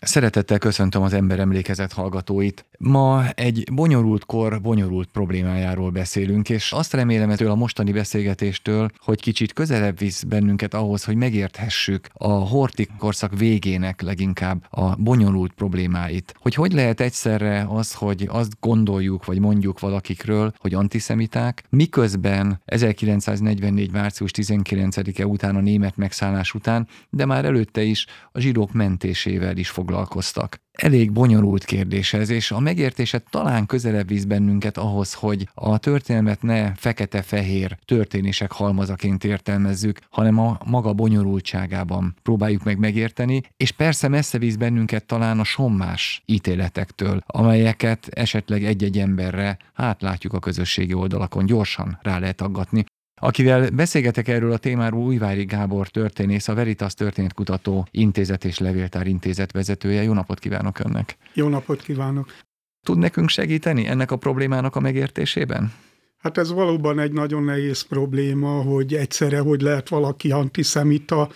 Szeretettel köszöntöm az Emberemlékezet hallgatóit. Ma egy bonyolult kor bonyolult problémájáról beszélünk, és azt remélem ettől a mostani beszélgetéstől, hogy kicsit közelebb visz bennünket ahhoz, hogy megérthessük a Horthy korszak végének leginkább a bonyolult problémáit. Hogy lehet egyszerre az, hogy azt gondoljuk, vagy mondjuk valakikről, hogy antiszemiták, miközben 1944. március 19-e után, a német megszállás után, de már előtte is a zsidók mentésével is foglalkoztak. Elég bonyolult kérdés ez, és a megértése talán közelebb visz bennünket ahhoz, hogy a történelmet ne fekete-fehér történések halmazaként értelmezzük, hanem a maga bonyolultságában próbáljuk meg megérteni, és persze messze visz bennünket talán a sommás ítéletektől, amelyeket esetleg egy-egy emberre látjuk a közösségi oldalakon, gyorsan rá lehet aggatni. Akivel beszélgetek erről a témáról, Újvári Gábor történész, a Veritas Történetkutató Intézet és Levéltár Intézet vezetője. Jó napot kívánok önnek! Jó napot kívánok! Tud nekünk segíteni ennek a problémának a megértésében? Hát ez valóban egy nagyon nehéz probléma, hogy egyszerre hogy lehet valaki antiszemita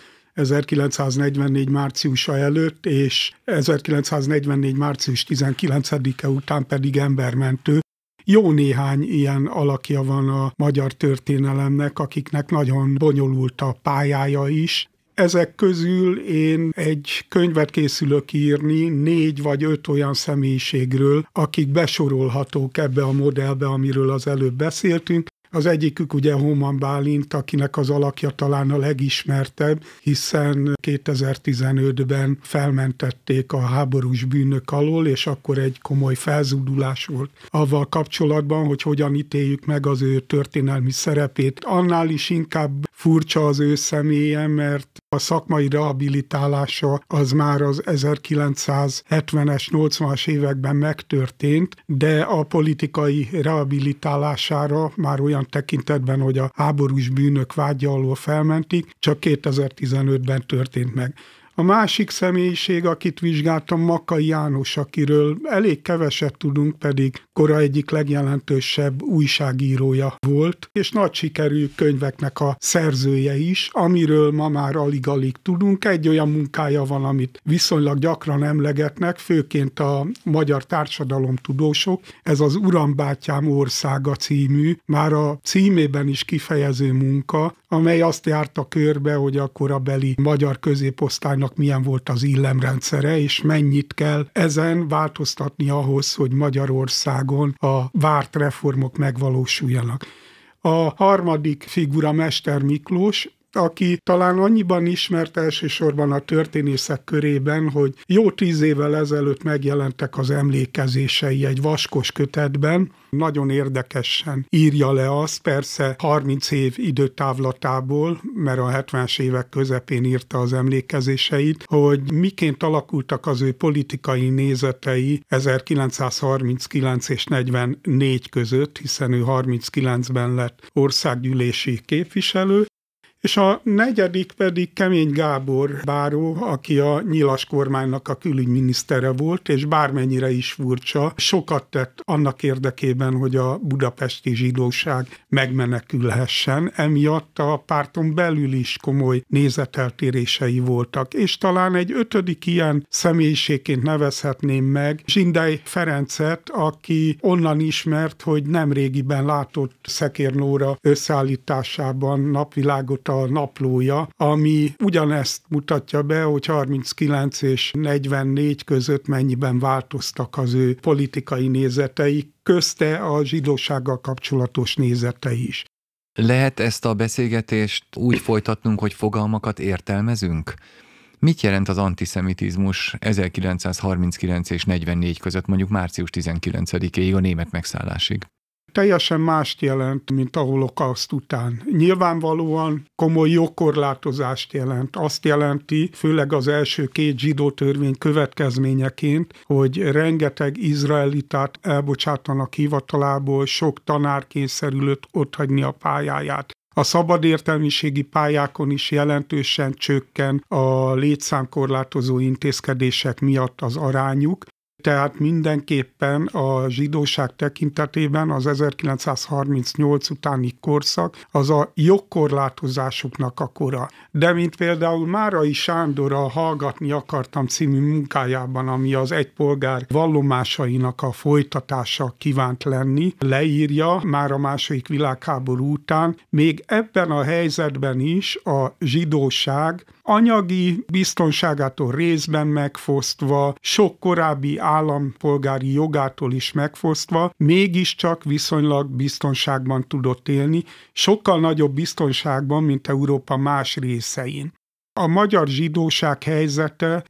1944. márciusa előtt, és 1944. március 19-e után pedig embermentő. Jó néhány ilyen alakja van a magyar történelemnek, akiknek nagyon bonyolult a pályája is. Ezek közül én egy könyvet készülök írni 4 vagy 5 olyan személyiségről, akik besorolhatók ebbe a modellbe, amiről az előbb beszéltünk. Az egyikük ugye Homan Bálint, akinek az alakja talán a legismertebb, hiszen 2015-ben felmentették a háborús bűnök alól, és akkor egy komoly felzúdulás volt avval kapcsolatban, hogy hogyan ítéljük meg az ő történelmi szerepét. Annál is inkább furcsa az ő személye, mert a szakmai rehabilitálása az már az 1970-es, 80-as években megtörtént, de a politikai rehabilitálására már olyan tekintetben, hogy a háborús bűnök vádja alól felmentik, csak 2015-ben történt meg. A másik személyiség, akit vizsgáltam, Makkai János, akiről elég keveset tudunk, pedig kora egyik legjelentősebb újságírója volt, és nagy sikerű könyveknek a szerzője is, amiről ma már alig-alig tudunk. Egy olyan munkája van, amit viszonylag gyakran emlegetnek, főként a magyar társadalomtudósok. Ez az Uram bátyám országa című, már a címében is kifejező munka, amely azt járta körbe, hogy a korabeli magyar középosztálynak milyen volt az illemrendszere, és mennyit kell ezen változtatni ahhoz, hogy Magyarországon a várt reformok megvalósuljanak. A harmadik figura Mester Miklós, aki talán annyiban ismert elsősorban a történészek körében, hogy jó 10 évvel ezelőtt megjelentek az emlékezései egy vaskos kötetben. Nagyon érdekesen írja le azt, persze 30 év időtávlatából, mert a 70-es évek közepén írta az emlékezéseit, hogy miként alakultak az ő politikai nézetei 1939 és 44 között, hiszen ő 39-ben lett országgyűlési képviselő, és a negyedik pedig Kemény Gábor báró, aki a Nyilas kormánynak a külügyminisztere volt, és bármennyire is furcsa, sokat tett annak érdekében, hogy a budapesti zsidóság megmenekülhessen. Emiatt a párton belül is komoly nézeteltérései voltak. És talán egy 5. ilyen személyiségként nevezhetném meg Zsindely Ferencet, aki onnan ismert, hogy nemrégiben látott Szekér Nóra összeállításában napvilágot a naplója, ami ugyanezt mutatja be, hogy 39 és 44 között mennyiben változtak az ő politikai nézetei, közte a zsidósággal kapcsolatos nézetei is. Lehet ezt a beszélgetést úgy folytatnunk, hogy fogalmakat értelmezünk? Mit jelent az antiszemitizmus 1939 és 44 között, mondjuk március 19-éig, a német megszállásig? Teljesen mást jelent, mint a holokauszt után. Nyilvánvalóan komoly jogkorlátozást jelent. Azt jelenti, főleg az első 2 zsidó törvény következményeként, hogy rengeteg izraelitát elbocsátanak hivatalából, sok tanár kényszerülött otthagyni a pályáját. A szabadértelmiségi pályákon is jelentősen csökken a létszámkorlátozó intézkedések miatt az arányuk. Tehát mindenképpen a zsidóság tekintetében az 1938 utáni korszak az a jogkorlátozásuknak a kora. De mint például Márai Sándor a Hallgatni akartam című munkájában, ami az egy polgár vallomásainak a folytatása kívánt lenni, leírja már a II. Világháború után, még ebben a helyzetben is a zsidóság anyagi biztonságától részben megfosztva, sok korábbi állampolgári jogától is megfosztva, mégiscsak viszonylag biztonságban tudott élni, sokkal nagyobb biztonságban, mint Európa más részein. A magyar zsidóság helyzete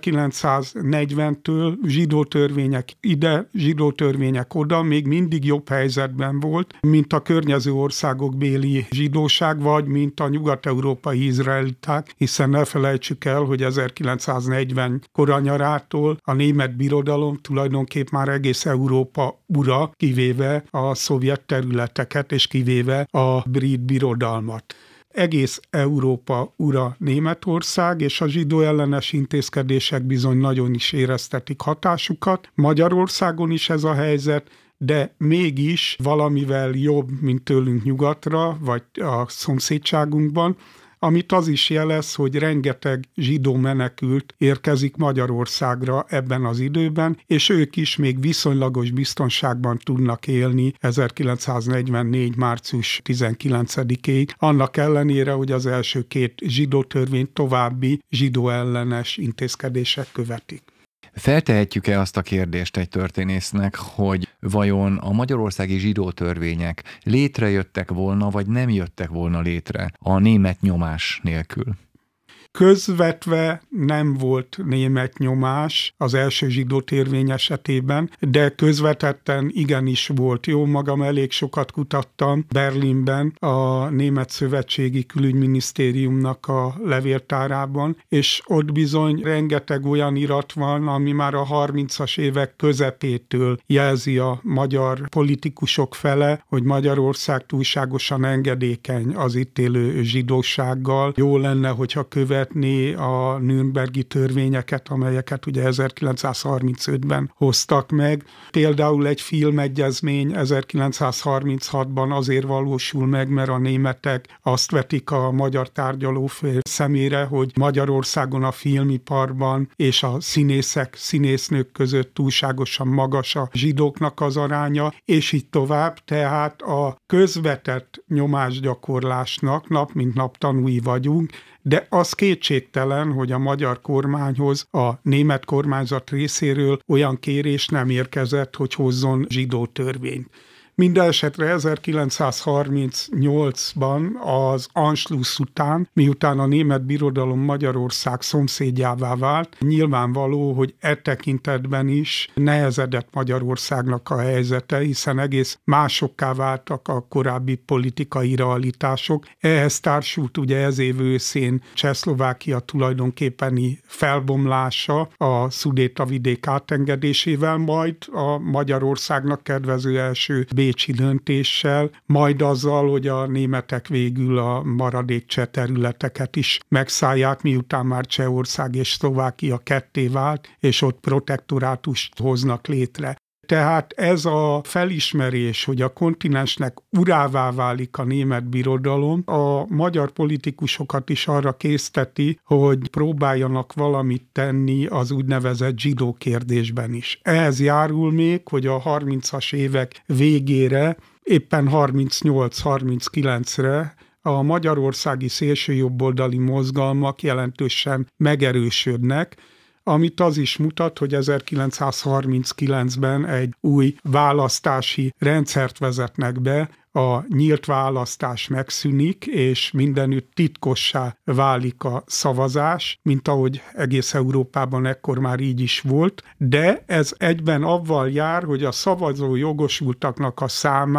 1940-től zsidó törvények ide, zsidó törvények oda még mindig jobb helyzetben volt, mint a környező országok béli zsidóság, vagy mint a nyugat-európai izraeliták, hiszen ne felejtsük el, hogy 1940 koranyarától a német birodalom tulajdonképp már egész Európa ura, kivéve a szovjet területeket és kivéve a brit birodalmat. Egész Európa ura Németország, és a zsidó ellenes intézkedések bizony nagyon is éreztetik hatásukat. Magyarországon is ez a helyzet, de mégis valamivel jobb, mint tőlünk nyugatra, vagy a szomszédságunkban, amit az is jelez, hogy rengeteg zsidó menekült érkezik Magyarországra ebben az időben, és ők is még viszonylagos biztonságban tudnak élni 1944. március 19-ig, annak ellenére, hogy az első két zsidó törvény további zsidó ellenes intézkedések követik. Feltehetjük-e azt a kérdést egy történésznek, hogy vajon a magyarországi zsidó törvények létrejöttek volna, vagy nem jöttek volna létre a német nyomás nélkül? Közvetve nem volt német nyomás az első zsidó törvény esetében, de közvetetten igenis volt. Jó magam elég sokat kutattam Berlinben a Német Szövetségi Külügyminisztériumnak a levéltárában, és ott bizony rengeteg olyan irat van, ami már a 30-as évek közepétől jelzi a magyar politikusok fele, hogy Magyarország túlságosan engedékeny az itt élő zsidósággal. Jó lenne, hogyha a nürnbergi törvényeket, amelyeket ugye 1935-ben hoztak meg. Például egy filmegyezmény 1936-ban azért valósul meg, mert a németek azt vetik a magyar tárgyalófél szemére, hogy Magyarországon a filmiparban és a színészek, színésznők között túlságosan magas a zsidóknak az aránya, és így tovább. Tehát a közvetett nyomásgyakorlásnak nap mint nap tanúi vagyunk, de az kétségtelen, hogy a magyar kormányhoz a német kormányzat részéről olyan kérés nem érkezett, hogy hozzon zsidó törvényt. Mindenesetre 1938-ban az Anschluss után, miután a német birodalom Magyarország szomszédjává vált, nyilvánvaló, hogy e tekintetben is nehezedett Magyarországnak a helyzete, hiszen egész másokká váltak a korábbi politikai realitások. Ehhez társult ugye ez év őszén Csehszlovákia tulajdonképpeni felbomlása a Szudétavidék átengedésével, majd a Magyarországnak kedvező első bécsi döntéssel, majd azzal, hogy a németek végül a maradék cseh területeket is megszállják, miután már Csehország és Szlovákia ketté vált, és ott protektorátust hoznak létre. Tehát ez a felismerés, hogy a kontinensnek urává válik a német birodalom, a magyar politikusokat is arra készteti, hogy próbáljanak valamit tenni az úgynevezett zsidó kérdésben is. Ehhez járul még, hogy a 30-as évek végére, éppen 38-39-re a magyarországi szélsőjobboldali mozgalmak jelentősen megerősödnek, amit az is mutat, hogy 1939-ben egy új választási rendszert vezetnek be, a nyílt választás megszűnik, és mindenütt titkossá válik a szavazás, mint ahogy egész Európában ekkor már így is volt, de ez egyben avval jár, hogy a szavazó jogosultaknak a számát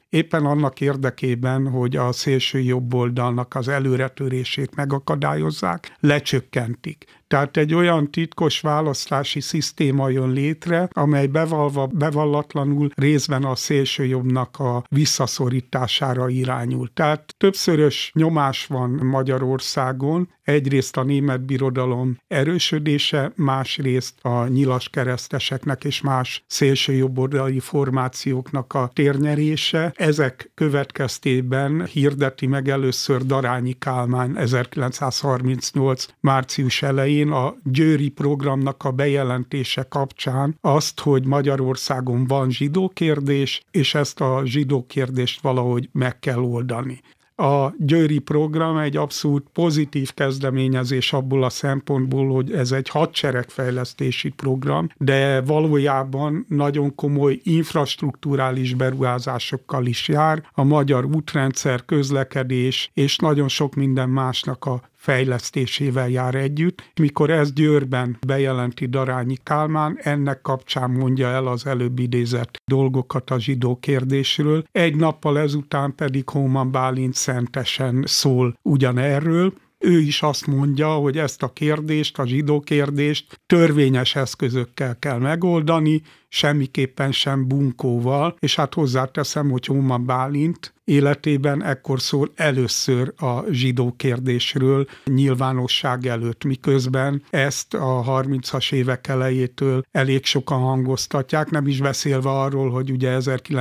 éppen annak érdekében, hogy a szélső jobboldalnak az előretörését megakadályozzák, lecsökkentik. Tehát egy olyan titkos választási szisztéma jön létre, amely bevallatlanul részben a szélsőjobbnak a visszaszorítására irányul. Tehát többszörös nyomás van Magyarországon, egyrészt a német birodalom erősödése, másrészt a nyilaskereszteseknek és más szélsőjobboldali formációknak a térnyerése. Ezek következtében hirdeti meg először Darányi Kálmán 1938. március elején a győri programnak a bejelentése kapcsán azt, hogy Magyarországon van zsidó kérdés, és ezt a zsidó kérdést valahogy meg kell oldani. A győri program egy abszolút pozitív kezdeményezés abból a szempontból, hogy ez egy hadseregfejlesztési program, de valójában nagyon komoly infrastrukturális beruházásokkal is jár, a magyar útrendszer, közlekedés és nagyon sok minden másnak a fejlesztésével jár együtt. Mikor ezt Győrben bejelenti Darányi Kálmán, ennek kapcsán mondja el az előbb idézett dolgokat a zsidó kérdésről. Egy nappal ezután pedig Hóman Bálint szentesen szól ugyanerről. Ő is azt mondja, hogy ezt a kérdést, a zsidó kérdést törvényes eszközökkel kell megoldani, semmiképpen sem bunkóval, és hát hozzáteszem, hogy Hóman Bálint életében ekkor szól először a zsidó kérdésről nyilvánosság előtt, miközben ezt a 30-as évek elejétől elég sokan hangoztatják, nem is beszélve arról, hogy ugye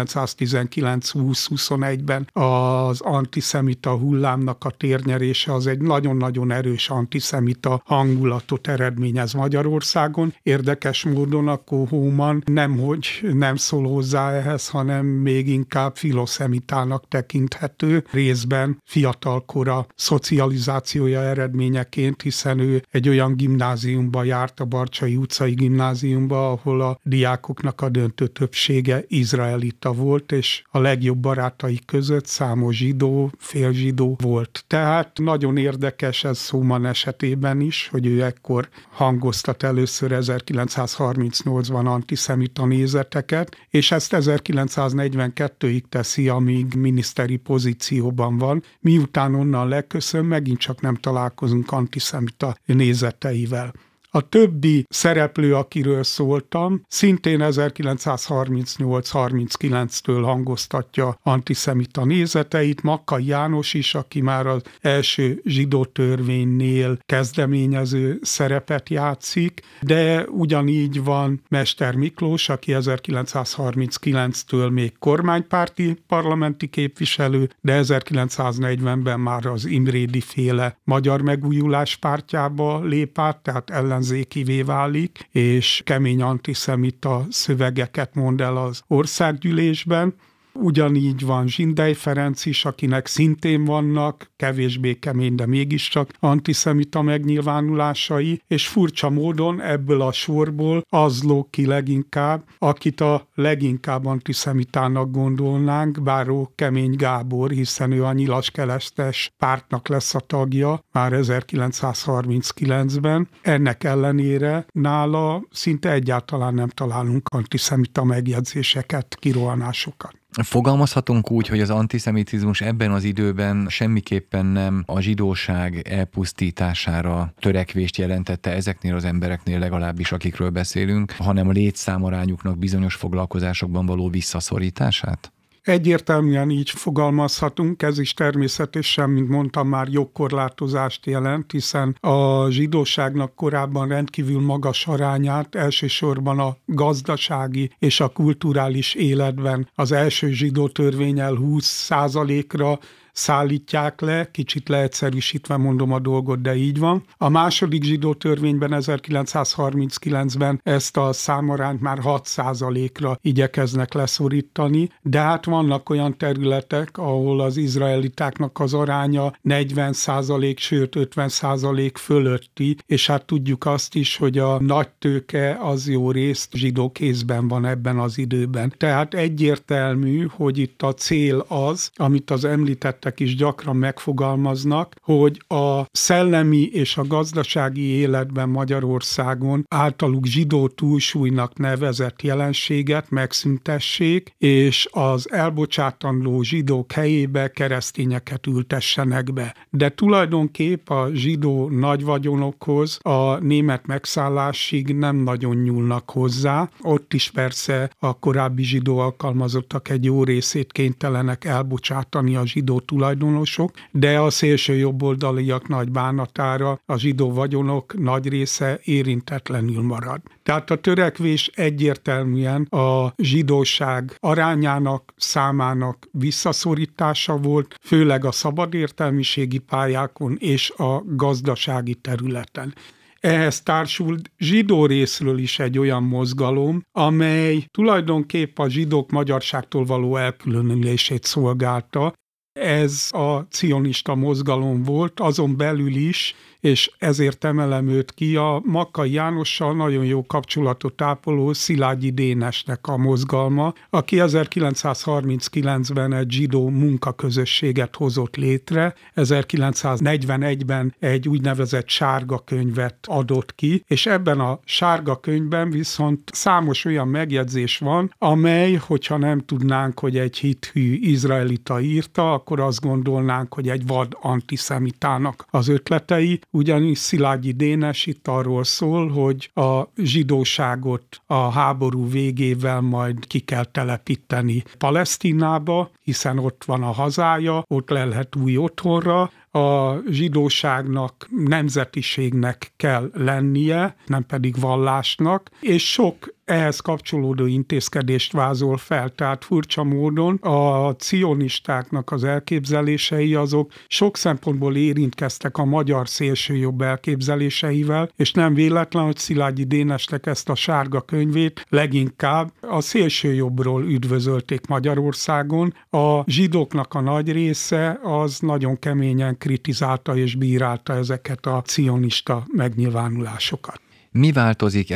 1919-20-21-ben az antiszemita hullámnak a térnyerése az egy nagyon-nagyon erős antiszemita hangulatot eredményez Magyarországon. Érdekes módon akkor Hóman nemhogy nem szól hozzá ehhez, hanem még inkább filoszemitának tekinthető, részben fiatalkora szocializációja eredményeként, hiszen ő egy olyan gimnáziumba járt, a Barcsay utcai gimnáziumba, ahol a diákoknak a döntő többsége izraelita volt, és a legjobb barátai között számos zsidó, félzsidó volt. Tehát nagyon érdekes ez Hóman esetében is, hogy ő ekkor hangoztat először 1938-ban antiszemita nézeteket, és ezt 1942-ig teszi, amíg miniszteri pozícióban van. Miután onnan leköszön, megint csak nem találkozunk antiszemita nézeteivel. A többi szereplő, akiről szóltam, szintén 1938-39-től hangoztatja antiszemita nézeteit. Makkai János is, aki már az első zsidó törvénynél kezdeményező szerepet játszik, de ugyanígy van Mester Miklós, aki 1939-től még kormánypárti parlamenti képviselő, de 1940-ben már az Imrédi féle Magyar Megújulás pártjába lép át, tehát ellenzékivé válik, és kemény antiszemita szövegeket mond el az országgyűlésben. Ugyanígy van Zsindely Ferenc is, akinek szintén vannak, kevésbé kemény, de mégiscsak antiszemita megnyilvánulásai, és furcsa módon ebből a sorból az lóg ki leginkább, akit a leginkább antiszemitának gondolnánk, Báró Kemény Gábor, hiszen ő a nyilaskeresztes pártnak lesz a tagja már 1939-ben. Ennek ellenére nála szinte egyáltalán nem találunk antiszemita megjegyzéseket, kirohanásokat. Fogalmazhatunk úgy, hogy az antiszemitizmus ebben az időben semmiképpen nem a zsidóság elpusztítására törekvést jelentette ezeknél az embereknél, legalábbis akikről beszélünk, hanem a létszámarányuknak bizonyos foglalkozásokban való visszaszorítását? Egyértelműen így fogalmazhatunk, ez is természetesen, mint mondtam már, jogkorlátozást jelent, hiszen a zsidóságnak korábban rendkívül magas arányát elsősorban a gazdasági és a kulturális életben az első zsidó törvénnyel 20%-ra szállítják le, kicsit leegyszerűsítve mondom a dolgot, de így van. A második zsidó törvényben 1939-ben ezt a számarányt már 6%-ra igyekeznek leszorítani, de hát vannak olyan területek, ahol az izraelitáknak az aránya 40%, sőt 50% fölötti, és hát tudjuk azt is, hogy a nagy tőke az jó részt zsidó kézben van ebben az időben. Tehát egyértelmű, hogy itt a cél az, amit az említettek történészek is gyakran megfogalmaznak, hogy a szellemi és a gazdasági életben Magyarországon általuk zsidó túlsúlynak nevezett jelenséget megszüntessék, és az elbocsátandó zsidók helyébe keresztényeket ültessenek be. De tulajdonképp a zsidó nagyvagyonokhoz a német megszállásig nem nagyon nyúlnak hozzá. Ott is persze a korábbi zsidó alkalmazottak egy jó részét kénytelenek elbocsátani a zsidó tulajdonosok, de a szélső jobboldaliak nagy bánatára a zsidó vagyonok nagy része érintetlenül marad. Tehát a törekvés egyértelműen a zsidóság arányának, számának visszaszorítása volt, főleg a szabadértelmiségi pályákon és a gazdasági területen. Ehhez társult zsidó részről is egy olyan mozgalom, amely tulajdonképp a zsidók magyarságtól való elkülönülését szolgálta. Ez a cionista mozgalom volt, azon belül is, és ezért emelem őt ki, a Makkai Jánossal nagyon jó kapcsolatot ápoló Szilágyi Dénesnek a mozgalma, aki 1939-ben egy zsidó munkaközösséget hozott létre, 1941-ben egy úgynevezett sárga könyvet adott ki, és ebben a sárga könyvben viszont számos olyan megjegyzés van, amely, hogyha nem tudnánk, hogy egy hithű izraelita írta, akkor azt gondolnánk, hogy egy vad antiszemitának az ötletei, ugyanis Szilágyi Dénes itt arról szól, hogy a zsidóságot a háború végével majd ki kell telepíteni Palesztinába, hiszen ott van a hazája, ott lelhet új otthonra, a zsidóságnak nemzetiségnek kell lennie, nem pedig vallásnak, és sok ehhez kapcsolódó intézkedést vázol fel. Tehát furcsa módon a cionistáknak az elképzelései azok sok szempontból érintkeztek a magyar szélsőjobb elképzeléseivel, és nem véletlen, hogy Szilágyi Dénesnek ezt a sárga könyvét leginkább a szélsőjobbról üdvözölték Magyarországon. A zsidóknak a nagy része az nagyon keményen kritizálta és bírálta ezeket a cionista megnyilvánulásokat. Mi változik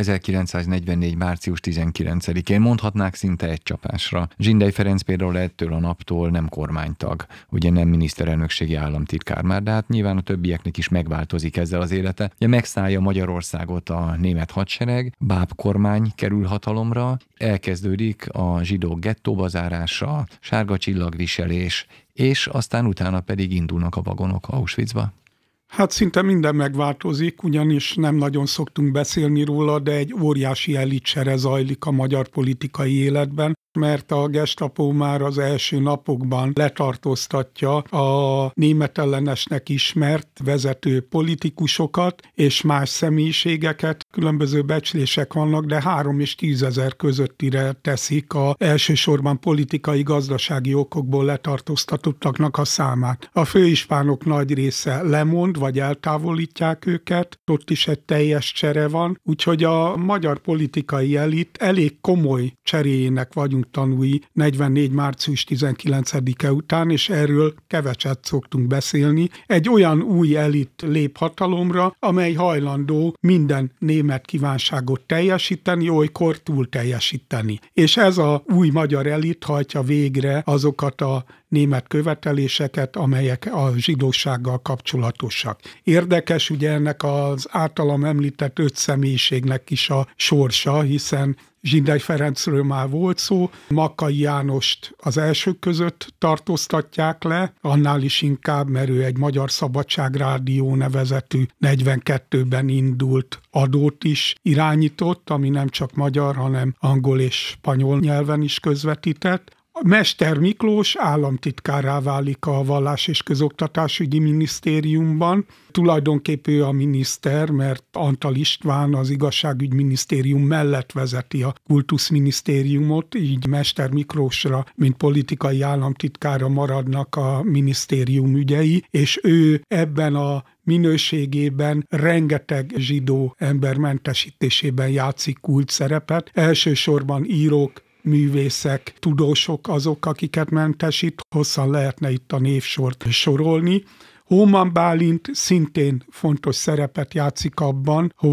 1944. március 19-én? Mondhatnák szinte egy csapásra. Zsindely Ferenc például ettől a naptól nem kormánytag, ugye nem miniszterelnökségi államtitkár már, de hát nyilván a többieknek is megváltozik ezzel az élete. Ugye megszállja Magyarországot a német hadsereg, báb kormány kerül hatalomra, elkezdődik a zsidók gettóba zárása, sárga csillagviselés, és aztán utána pedig indulnak a vagonok Auschwitzba. Hát szinte minden megváltozik, ugyanis nem nagyon szoktunk beszélni róla, de egy óriási elitcsere zajlik a magyar politikai életben, mert a Gestapo már az első napokban letartóztatja a német ellenesnek ismert vezető politikusokat és más személyiségeket. Különböző becslések vannak, de 3 és 10 ezer közöttire teszik a elsősorban politikai-gazdasági okokból letartóztatottaknak a számát. A főispánok nagy része lemond, vagy eltávolítják őket, ott is egy teljes csere van, úgyhogy a magyar politikai elit elég komoly cseréjének vagyunk tanúi 44. március 19-e után, és erről keveset szoktunk beszélni. Egy olyan új elit lép hatalomra, amely hajlandó minden német kívánságot teljesíteni, olykor túl teljesíteni. És ez a új magyar elit hajtja végre azokat a német követeléseket, amelyek a zsidósággal kapcsolatosak. Érdekes ugye ennek az általam említett 5 személyiségnek is a sorsa, hiszen Zsindely Ferencről már volt szó, Makkai Jánost az elsők között tartóztatják le, annál is inkább, mert ő egy Magyar Szabadságrádió nevezetű 42-ben indult adót is irányított, ami nem csak magyar, hanem angol és spanyol nyelven is közvetített. Mester Miklós államtitkárrá válik a Vallás- és Közoktatásügyi Minisztériumban. Tulajdonképp ő a miniszter, mert Antal István az Igazságügyminisztérium mellett vezeti a Kultuszminisztériumot, így Mester Miklósra, mint politikai államtitkára maradnak a minisztérium ügyei, és ő ebben a minőségében rengeteg zsidó ember mentesítésében játszik kulcs szerepet. Elsősorban írók, művészek, tudósok azok, akiket mentesít, hosszan lehetne itt a névsort sorolni. Hóman Bálint szintén fontos szerepet játszik abban, hogy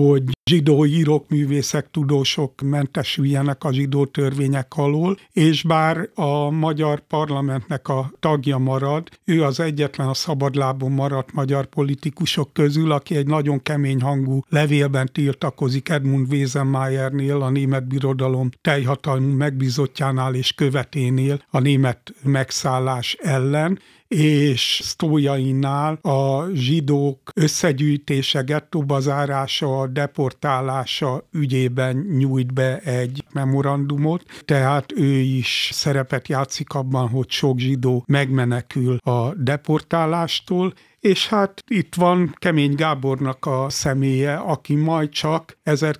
zsidó írók, művészek, tudósok mentesüljenek a zsidó törvények alól, és bár a magyar parlamentnek a tagja marad, ő az egyetlen a szabadlábon maradt magyar politikusok közül, aki egy nagyon kemény hangú levélben tiltakozik Edmund Wesenmayernél, a német birodalom teljhatalmú megbízottjánál és követénél a német megszállás ellen, és Sztójainál a zsidók összegyűjtése, gettóba zárása, deportálása ügyében nyújt be egy memorandumot, tehát ő is szerepet játszik abban, hogy sok zsidó megmenekül a deportálástól, és hát itt van Kemény Gábornak a személye, aki majd csak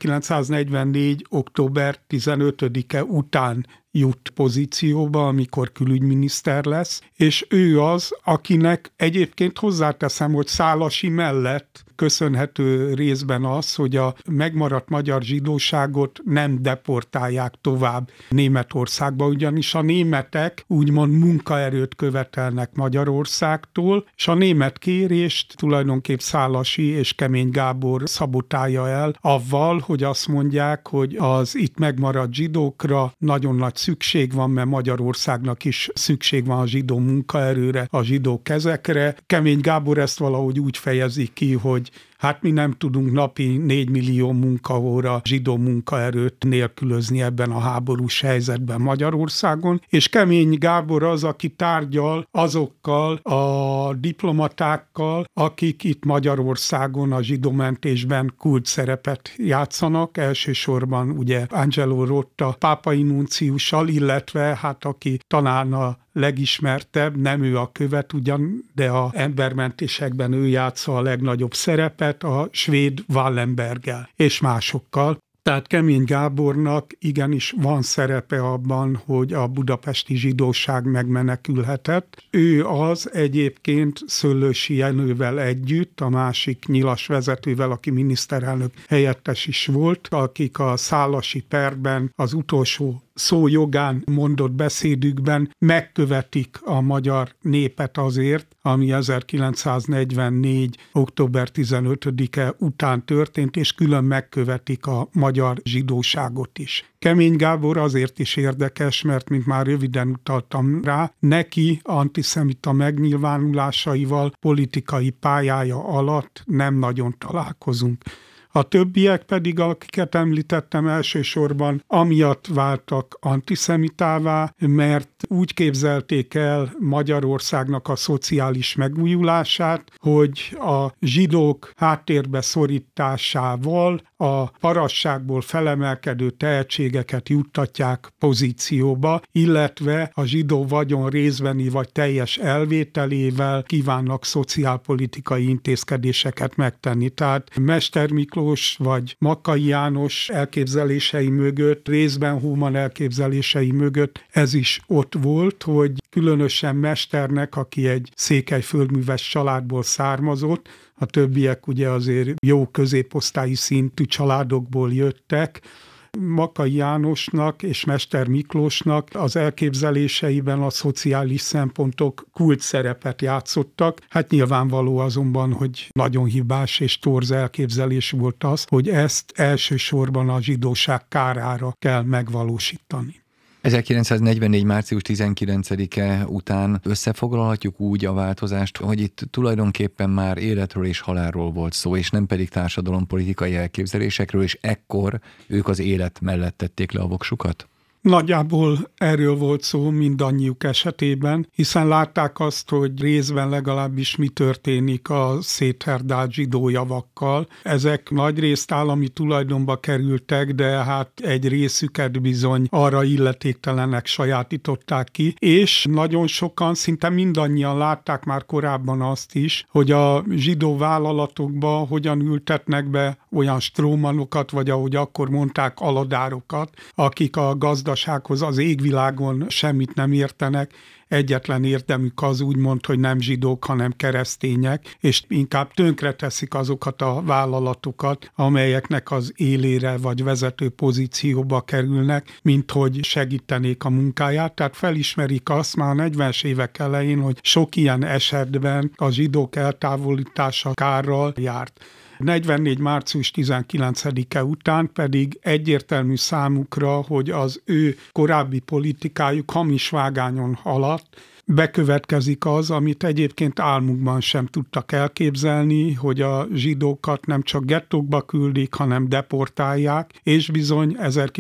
1944. október 15-e után jut pozícióba, amikor külügyminiszter lesz, és ő az, akinek egyébként hozzáteszem, hogy Szálasi mellett köszönhető részben az, hogy a megmaradt magyar zsidóságot nem deportálják tovább Németországba, ugyanis a németek úgymond munkaerőt követelnek Magyarországtól, és a német kérést tulajdonképp Szálasi és Kemény Gábor szabotálja el avval, hogy azt mondják, hogy az itt megmaradt zsidókra nagyon nagy szükség van, mert Magyarországnak is szükség van a zsidó munkaerőre, a zsidó kezekre. Kemény Gábor ezt valahogy úgy fejezi ki, hogy hát mi nem tudunk napi 4 millió munkaóra zsidó munkaerőt nélkülözni ebben a háborús helyzetben Magyarországon, és Kemény Gábor az, aki tárgyal azokkal a diplomatákkal, akik itt Magyarországon a zsidómentésben kult szerepet játszanak, elsősorban ugye Angelo Rotta pápai nunciussal, illetve hát aki talán a legismertebb, nem ő a követ ugyan, de a embermentésekben ő játsza a legnagyobb szerepet, a svéd Wallenberggel és másokkal. Tehát Kemény Gábornak igenis van szerepe abban, hogy a budapesti zsidóság megmenekülhetett. Ő az egyébként Szöllősi Jenővel együtt, a másik nyilas vezetővel, aki miniszterelnök helyettes is volt, akik a Szálasi perben az utolsó szó jogán mondott beszédükben megkövetik a magyar népet azért, ami 1944. október 15-e után történt, és külön megkövetik a magyar zsidóságot is. Kemény Gábor azért is érdekes, mert, mint már röviden utaltam rá, neki antiszemita megnyilvánulásaival politikai pályája alatt nem nagyon találkozunk. A többiek pedig, akiket említettem, elsősorban amiatt váltak antiszemitává, mert úgy képzelték el Magyarországnak a szociális megújulását, hogy a zsidók háttérbe szorításával a parasságból felemelkedő tehetségeket juttatják pozícióba, illetve a zsidó vagyon részbeni vagy teljes elvételével kívánnak szociálpolitikai intézkedéseket megtenni. Tehát Mester Miklós vagy Makkai János elképzelései mögött, részben Human elképzelései mögött ez is ott volt, hogy különösen Mesternek, aki egy székelyföldműves családból származott, a többiek ugye azért jó középosztályi szintű családokból jöttek, Makkai Jánosnak és Mester Miklósnak az elképzeléseiben a szociális szempontok kult szerepet játszottak. Hát nyilvánvaló azonban, hogy nagyon hibás és torz elképzelés volt az, hogy ezt elsősorban a zsidóság kárára kell megvalósítani. 1944. március 19-e után összefoglalhatjuk úgy a változást, hogy itt tulajdonképpen már életről és halálról volt szó, és nem pedig társadalompolitikai elképzelésekről, és ekkor ők az élet mellett tették le a voksukat? Nagyjából erről volt szó mindannyiuk esetében, hiszen látták azt, hogy részben legalábbis mi történik a szétherdált zsidó javakkal. Ezek nagyrészt állami tulajdonba kerültek, de hát egy részüket bizony arra illetéktelenek sajátították ki, és nagyon sokan, szinte mindannyian látták már korábban azt is, hogy a zsidó vállalatokba hogyan ültetnek be olyan strómanokat, vagy ahogy akkor mondták, aladárokat, akik a gazdasághoz az égvilágon semmit nem értenek, egyetlen érdemük az úgymond, hogy nem zsidók, hanem keresztények, és inkább tönkreteszik azokat a vállalatokat, amelyeknek az élére vagy vezető pozícióba kerülnek, mint hogy segítenék a munkáját. Tehát felismerik azt már a 40-es évek elején, hogy sok ilyen esetben a zsidók eltávolítása kárral járt. 44. március 19-e után pedig egyértelmű számukra, hogy az ő korábbi politikájuk hamis vágányon haladt, bekövetkezik az, amit egyébként álmukban sem tudtak elképzelni, hogy a zsidókat nem csak gettókba küldik, hanem deportálják, és bizony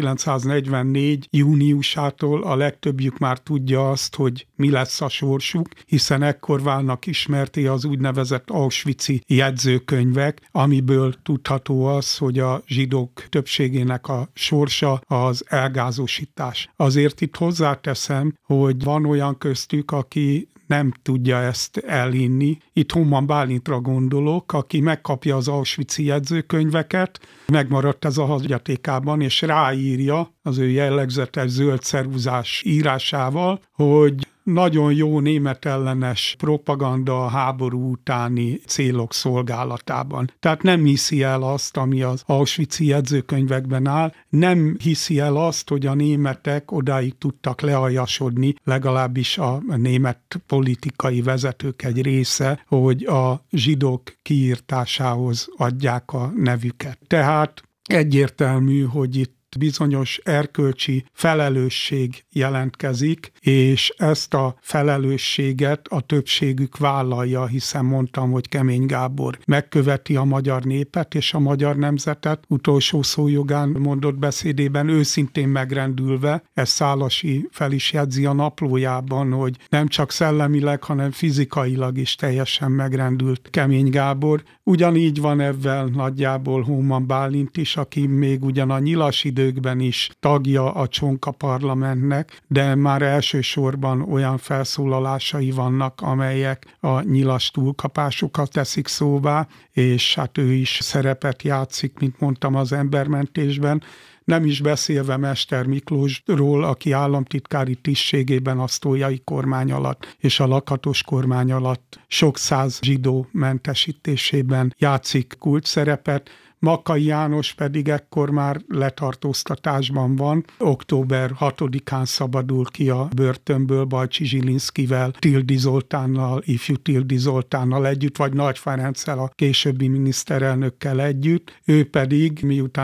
1944. júniusától a legtöbbjük már tudja azt, hogy mi lesz a sorsuk, hiszen ekkor válnak ismerté az úgynevezett auschwitzi jegyzőkönyvek, amiből tudható az, hogy a zsidók többségének a sorsa az elgázosítás. Azért itt hozzáteszem, hogy van olyan köztük, aki nem tudja ezt elhinni. Itt Homan Bálintra gondolok, aki megkapja az auschwitzi jegyzőkönyveket, megmaradt ez a hagyatékában, és ráírja az ő jellegzetes zöld ceruzás írásával, hogy nagyon jó németellenes propaganda a háború utáni célok szolgálatában. Tehát nem hiszi el azt, ami az auschwitzi jegyzőkönyvekben áll, nem hiszi el azt, hogy a németek odáig tudtak lealjasodni, legalábbis a német politikai vezetők egy része, hogy a zsidók kiirtásához adják a nevüket. Tehát egyértelmű, hogy itt bizonyos erkölcsi felelősség jelentkezik, és ezt a felelősséget a többségük vállalja, hiszen mondtam, hogy Kemény Gábor megköveti a magyar népet és a magyar nemzetet. Utolsó szójogán mondott beszédében őszintén megrendülve, ezt Szálasi fel is jegyzi a naplójában, hogy nem csak szellemileg, hanem fizikailag is teljesen megrendült Kemény Gábor. Ugyanígy van ebben nagyjából Homan Bálint is, aki még ugyan a nyilas időkben is tagja a Csonka parlamentnek, de már elsősorban olyan felszólalásai vannak, amelyek a nyilas túlkapásokat teszik szóvá, és hát ő is szerepet játszik, mint mondtam, az embermentésben. Nem is beszélve Mester Miklósról, aki államtitkári tisztségében a Sztójai kormány alatt és a Lakatos kormány alatt sok száz zsidó mentesítésében játszik kulcsszerepet. Makkai János pedig ekkor már letartóztatásban van. Október 6-án szabadul ki a börtönből Bajcsi Zsilinszkivel, Tildi Zoltánnal, ifjú Tildi Zoltánnal együtt, vagy Nagy Ferenccel, a későbbi miniszterelnökkel együtt. Ő pedig, miután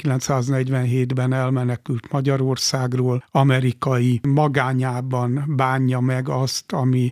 1947-ben elmenekült Magyarországról, amerikai magányában bánja meg azt, ami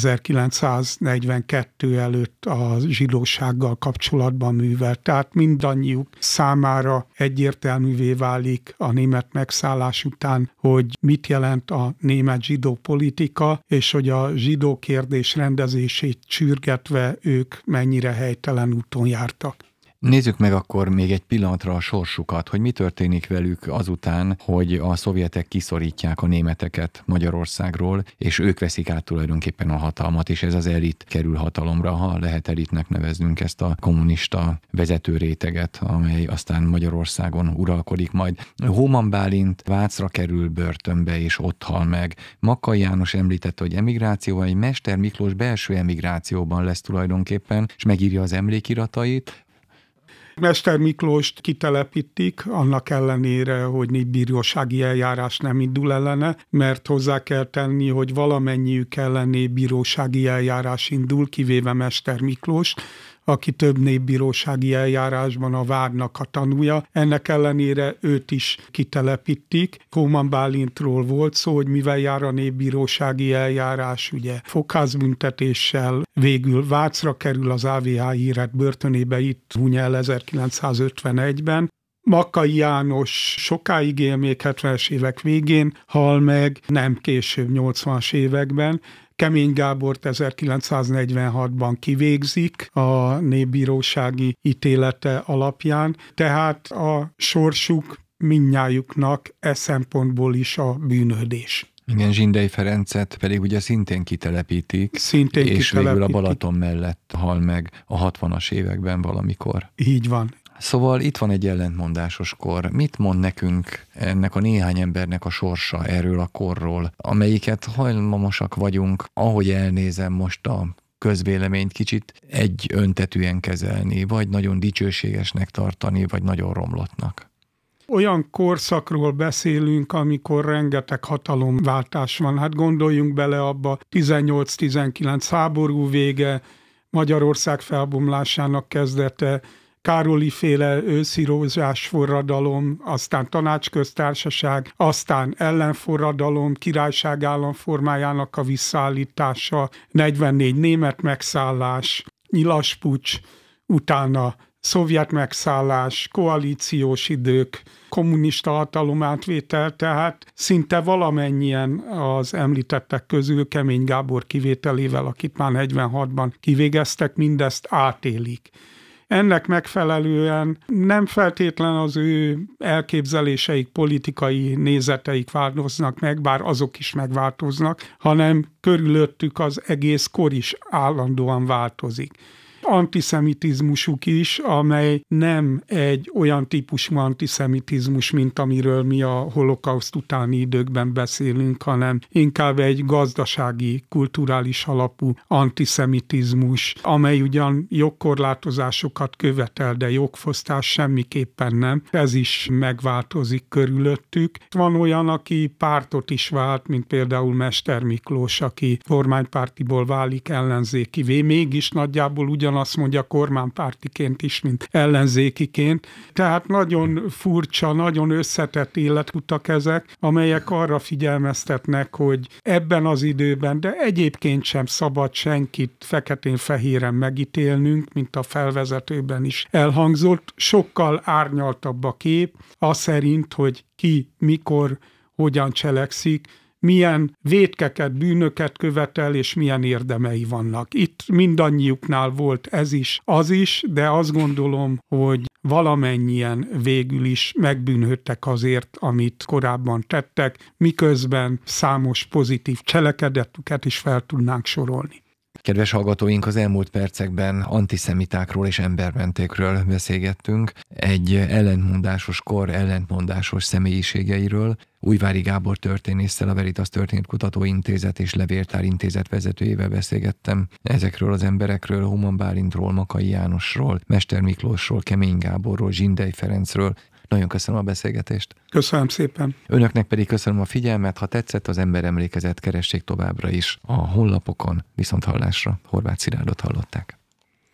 1942 előtt a zsidósággal kapcsolatban művelt. Tehát mindannyiuk számára egyértelművé válik a német megszállás után, hogy mit jelent a német zsidó politika, és hogy a zsidó kérdés rendezését sürgetve ők mennyire helytelen úton jártak. Nézzük meg akkor még egy pillanatra a sorsukat, hogy mi történik velük azután, hogy a szovjetek kiszorítják a németeket Magyarországról, és ők veszik át tulajdonképpen a hatalmat, és ez az elit kerül hatalomra, ha lehet elitnek neveznünk ezt a kommunista vezető réteget, amely aztán Magyarországon uralkodik majd. Homan Bálint Vácra kerül börtönbe, és ott hal meg. Makkai János említette, hogy emigrációval, egy Mester Miklós belső emigrációban lesz tulajdonképpen, és megírja az emlékiratait. Mester Miklóst kitelepítik, annak ellenére, hogy népbírósági eljárás nem indul ellene, mert hozzá kell tenni, hogy valamennyiük ellené bírósági eljárás indul, kivéve Mester Miklóst, aki több népbírósági eljárásban a vádnak a tanúja. Ennek ellenére őt is kitelepítik. Homan Bálintról volt szó, hogy mivel jár a népbírósági eljárás, ugye fogházbüntetéssel, végül Vácra kerül, az AVH írt börtönébe, itt huny el 1951-ben. Makkai János sokáig él, még 70-es évek végén hal meg, nem később 80-as években. Kemény Gábort 1946-ban kivégzik a népbírósági ítélete alapján, tehát a sorsuk mindnyájuknak szempontból is a bűnödés. Igen, Zsindei Ferencet pedig ugye szintén kitelepítik, és végül a Balaton mellett hal meg a 60-as években valamikor. Így van. Szóval itt van egy ellentmondásos kor. Mit mond nekünk ennek a néhány embernek a sorsa erről a korról, amelyiket hajlamosak vagyunk, ahogy elnézem most a közvéleményt, kicsit egy öntetűen kezelni, vagy nagyon dicsőségesnek tartani, vagy nagyon romlottnak? Olyan korszakról beszélünk, amikor rengeteg hatalomváltás van. Hát gondoljunk bele abba, 18-19 háború vége, Magyarország felbomlásának kezdete, Károli-féle őszirózsás forradalom, aztán tanácsköztársaság, aztán ellenforradalom, királyság államformájának a visszaállítása, 44 német megszállás, nyilaspuccs, utána szovjet megszállás, koalíciós idők, kommunista hatalomátvétel, tehát szinte valamennyien az említettek közül, Kemény Gábor kivételével, akit már 46-ban kivégeztek, mindezt átélik. Ennek megfelelően nem feltétlen az ő elképzeléseik, politikai nézeteik változnak meg, bár azok is megváltoznak, hanem körülöttük az egész kor is állandóan változik. Antiszemitizmusuk is, amely nem egy olyan típusú antiszemitizmus, mint amiről mi a holokauszt utáni időkben beszélünk, hanem inkább egy gazdasági, kulturális alapú antiszemitizmus, amely ugyan jogkorlátozásokat követel, de jogfosztás semmiképpen nem. Ez is megváltozik körülöttük. Van olyan, aki pártot is vált, mint például Mester Miklós, aki kormánypártiból válik ellenzékivé, mégis nagyjából ugyanazt mondja kormánypártiként is, mint ellenzékiként. Tehát nagyon furcsa, nagyon összetett életutak ezek, amelyek arra figyelmeztetnek, hogy ebben az időben, de egyébként sem szabad senkit feketén-fehéren megítélnünk, mint a felvezetőben is elhangzott. Sokkal árnyaltabb a kép, az szerint, hogy ki, mikor, hogyan cselekszik, milyen vétkeket, bűnöket követel, és milyen érdemei vannak. Itt mindannyiuknál volt ez is, az is, de azt gondolom, hogy valamennyien végül is megbűnhődtek azért, amit korábban tettek, miközben számos pozitív cselekedetüket is fel tudnánk sorolni. Kedves hallgatóink, az elmúlt percekben antiszemitákról és embermentékről beszélgettünk, egy ellentmondásos kor, ellentmondásos személyiségeiről. Újvári Gábor történésszel, a Veritas Történetkutató Intézet és Levéltár Intézet vezetőjével beszélgettem ezekről az emberekről, Homan Bálintról, Makay Jánosról, Mester Miklósról, Kemény Gáborról, Zsindely Ferencről. Nagyon köszönöm a beszélgetést. Köszönöm szépen. Önöknek pedig köszönöm a figyelmet, ha tetszett az Emberemlékezet, keressék továbbra is a honlapokon. Viszonthallásra. Horváth Szilárdot hallották.